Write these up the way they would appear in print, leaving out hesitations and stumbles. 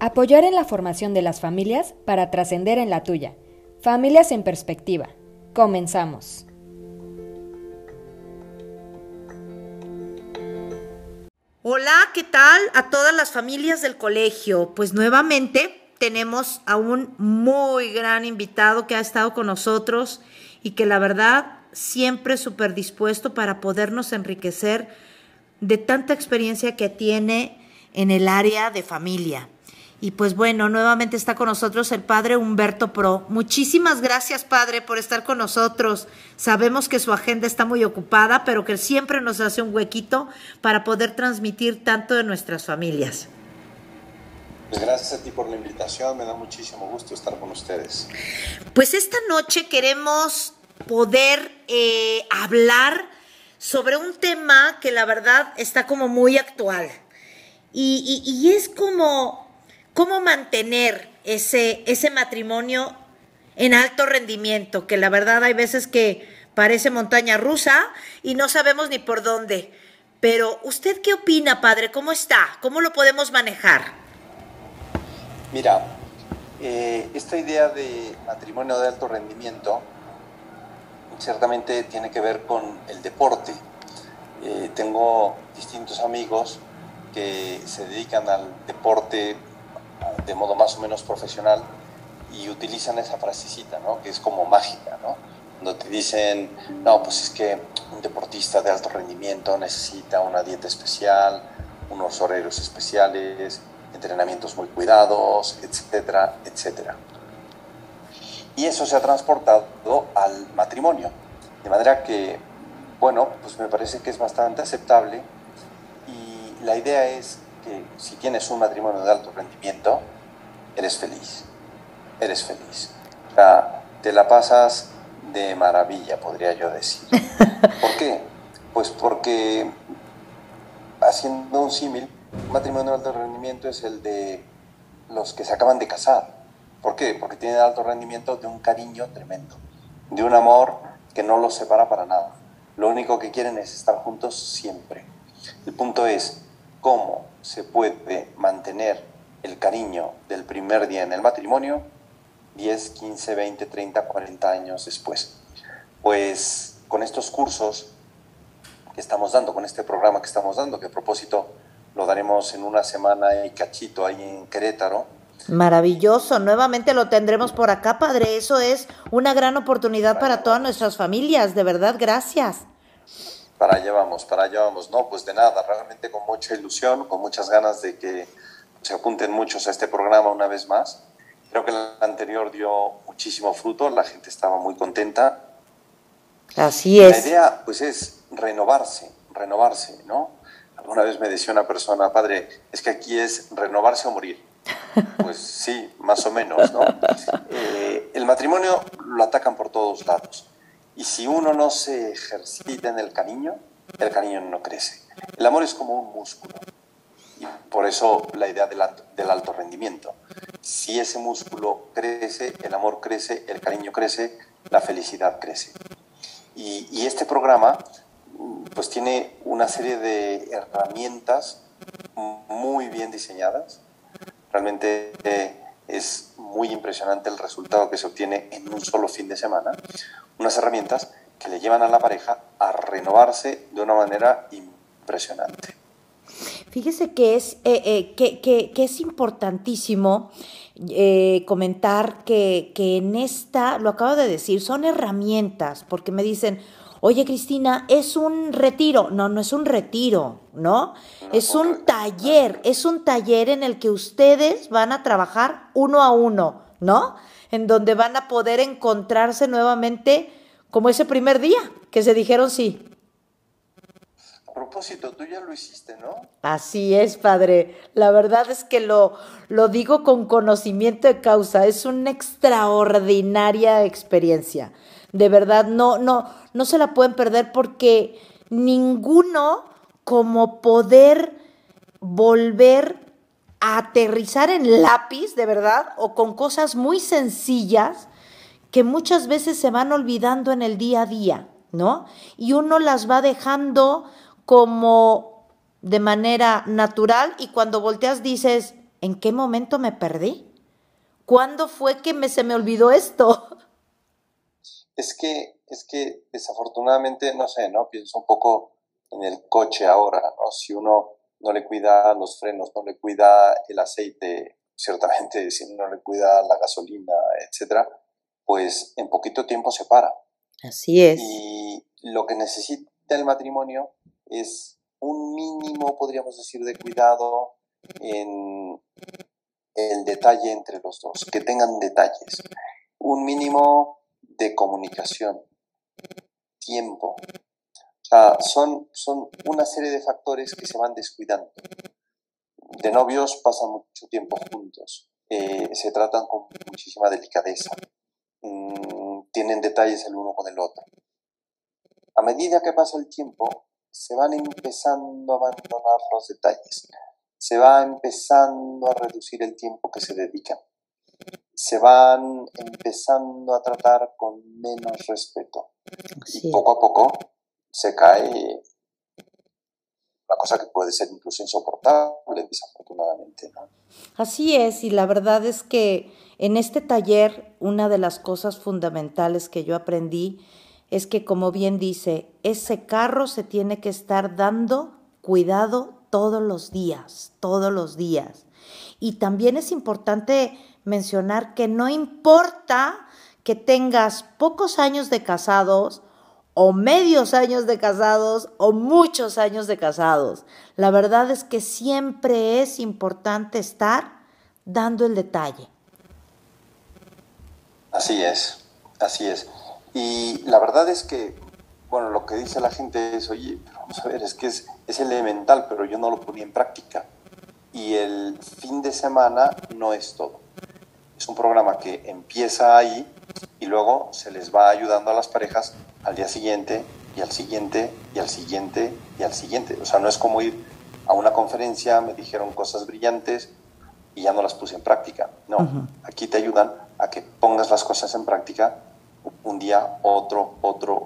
Apoyar en la formación de las familias para trascender en la tuya. Familias en perspectiva. Comenzamos. Hola, ¿qué tal a todas las familias del colegio? Pues nuevamente tenemos a un muy gran invitado que ha estado con nosotros y que la verdad siempre súper dispuesto para podernos enriquecer de tanta experiencia que tiene en el área de familia. Y pues bueno, nuevamente está con nosotros el padre Humberto Pro. Muchísimas gracias, padre, por estar con nosotros. Sabemos que su agenda está muy ocupada, pero que siempre nos hace un huequito para poder transmitir tanto de nuestras familias. Pues gracias a ti por la invitación, me da muchísimo gusto estar con ustedes. Pues esta noche queremos poder hablar sobre un tema que la verdad está como muy actual. Y es como cómo mantener ese matrimonio en alto rendimiento, que la verdad hay veces que parece montaña rusa y no sabemos ni por dónde. Pero, ¿usted qué opina, padre? ¿Cómo está? ¿Cómo lo podemos manejar? Mira, esta idea de matrimonio de alto rendimiento ciertamente tiene que ver con el deporte. Tengo distintos amigos que se dedican al deporte de modo más o menos profesional y utilizan esa frasecita, ¿no? Que es como mágica, ¿no? Cuando te dicen, no, pues es que un deportista de alto rendimiento necesita una dieta especial, unos horarios especiales, entrenamientos muy cuidados, etcétera, etcétera. Y eso se ha transportado al matrimonio, de manera que, bueno, pues me parece que es bastante aceptable y la idea es que si tienes un matrimonio de alto rendimiento, eres feliz. O sea, te la pasas de maravilla, podría yo decir. ¿Por qué? Pues porque, haciendo un símil, un matrimonio de alto rendimiento es el de los que se acaban de casar. ¿Por qué? Porque tienen alto rendimiento de un cariño tremendo, de un amor que no los separa para nada. Lo único que quieren es estar juntos siempre. El punto es cómo se puede mantener el cariño del primer día en el matrimonio 10, 15, 20, 30, 40 años después. Pues con estos cursos que estamos dando, con este programa que estamos dando, que a propósito lo daremos en una semana y cachito ahí en Querétaro. Maravilloso, nuevamente lo tendremos por acá, padre. Eso es una gran oportunidad para todas nuestras familias, de verdad, gracias. Para allá vamos. No, pues de nada, realmente con mucha ilusión, con muchas ganas de que se apunten muchos a este programa una vez más. Creo que el anterior dio muchísimo fruto, la gente estaba muy contenta. Así es. La idea, pues, es renovarse, ¿no? Alguna vez me decía una persona, padre, es que aquí es renovarse o morir. Pues sí, más o menos, ¿no? El matrimonio lo atacan por todos lados. Y si uno no se ejercita en el cariño no crece. El amor es como un músculo. Y por eso la idea del alto rendimiento. Si ese músculo crece, el amor crece, el cariño crece, la felicidad crece. Y este programa pues tiene una serie de herramientas muy bien diseñadas. Realmente es muy impresionante el resultado que se obtiene en un solo fin de semana. Unas herramientas que le llevan a la pareja a renovarse de una manera impresionante. Fíjese que es importantísimo comentar que en esta, lo acabo de decir, son herramientas, porque me dicen, oye Cristina, es un retiro. No, no es un retiro, ¿no? Es un taller en el que ustedes van a trabajar uno a uno, ¿no? En donde van a poder encontrarse nuevamente como ese primer día que se dijeron sí. A propósito, tú ya lo hiciste, ¿no? Así es, padre. La verdad es que lo digo con conocimiento de causa. Es una extraordinaria experiencia. De verdad, no se la pueden perder porque ninguno como poder volver a aterrizar en lápiz, de verdad, o con cosas muy sencillas que muchas veces se van olvidando en el día a día, ¿no? Y uno las va dejando como de manera natural y cuando volteas dices, ¿en qué momento me perdí? ¿Cuándo fue que se me olvidó esto? Es que desafortunadamente, no sé, ¿no? Pienso un poco en el coche ahora, ¿no? Si uno no le cuida los frenos, no le cuida el aceite, ciertamente si no le cuida la gasolina, etcétera, pues en poquito tiempo se para. Así es. Y lo que necesita el matrimonio es un mínimo, podríamos decir, de cuidado en el detalle entre los dos, que tengan detalles, un mínimo de comunicación, tiempo. Son una serie de factores que se van descuidando. De novios pasan mucho tiempo juntos, se tratan con muchísima delicadeza, tienen detalles el uno con el otro. A medida que pasa el tiempo, se van empezando a abandonar los detalles, se va empezando a reducir el tiempo que se dedican, se van empezando a tratar con menos respeto. Y poco a poco se cae una cosa que puede ser incluso insoportable, desafortunadamente, ¿no? Así es, y la verdad es que en este taller una de las cosas fundamentales que yo aprendí es que, como bien dice, ese carro se tiene que estar dando cuidado todos los días, todos los días. Y también es importante mencionar que no importa que tengas pocos años de casados o medios años de casados o muchos años de casados. La verdad es que siempre es importante estar dando el detalle. Así es, así es. Y la verdad es que, bueno, lo que dice la gente es, oye, vamos a ver, es que es elemental, pero yo no lo ponía en práctica. Y el fin de semana no es todo. Es un programa que empieza ahí y luego se les va ayudando a las parejas al día siguiente y al siguiente y al siguiente y al siguiente. O sea, no es como ir a una conferencia, me dijeron cosas brillantes y ya no las puse en práctica. No, aquí te ayudan a que pongas las cosas en práctica un día, otro.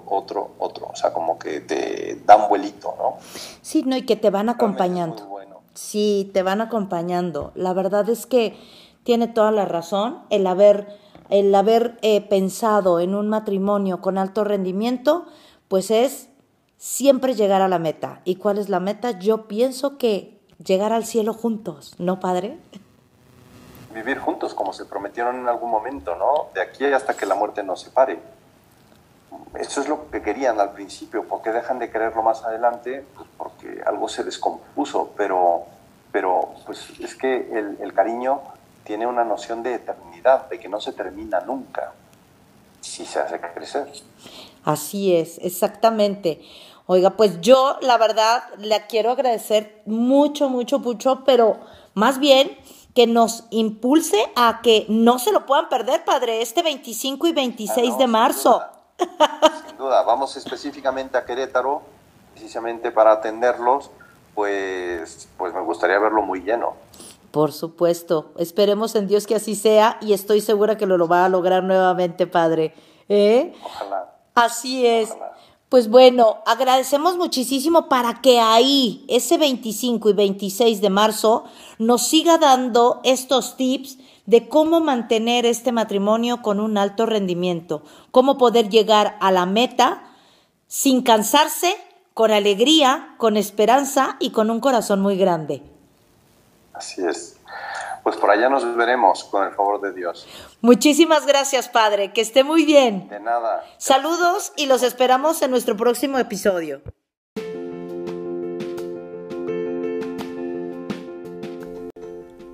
O sea, como que te dan vuelito, ¿no? Sí, no, y que te van acompañando. Es muy bueno. Sí, te van acompañando. La verdad es que tiene toda la razón. El haber pensado en un matrimonio con alto rendimiento, pues es siempre llegar a la meta. ¿Y cuál es la meta? Yo pienso que llegar al cielo juntos, ¿no, padre? Vivir juntos, como se prometieron en algún momento, ¿no? De aquí hasta que la muerte nos separe. Eso es lo que querían al principio. ¿Por qué dejan de quererlo más adelante? Pues porque algo se descompuso, pero pues es que el cariño tiene una noción de eternidad, de que no se termina nunca, si se hace crecer. Así es, exactamente. Oiga, pues yo la verdad le quiero agradecer mucho, pero más bien que nos impulse a que no se lo puedan perder, padre, este 25 y 26 de marzo. Sin duda, vamos específicamente a Querétaro, precisamente para atenderlos, pues me gustaría verlo muy lleno. Por supuesto, esperemos en Dios que así sea y estoy segura que lo va a lograr nuevamente, padre. Ojalá. Así es. Ojalá. Pues bueno, agradecemos muchísimo para que ahí, ese 25 y 26 de marzo, nos siga dando estos tips de cómo mantener este matrimonio con un alto rendimiento, cómo poder llegar a la meta sin cansarse, con alegría, con esperanza y con un corazón muy grande. Así es. Pues por allá nos veremos, con el favor de Dios. Muchísimas gracias, padre. Que esté muy bien. De nada. Saludos y los esperamos en nuestro próximo episodio.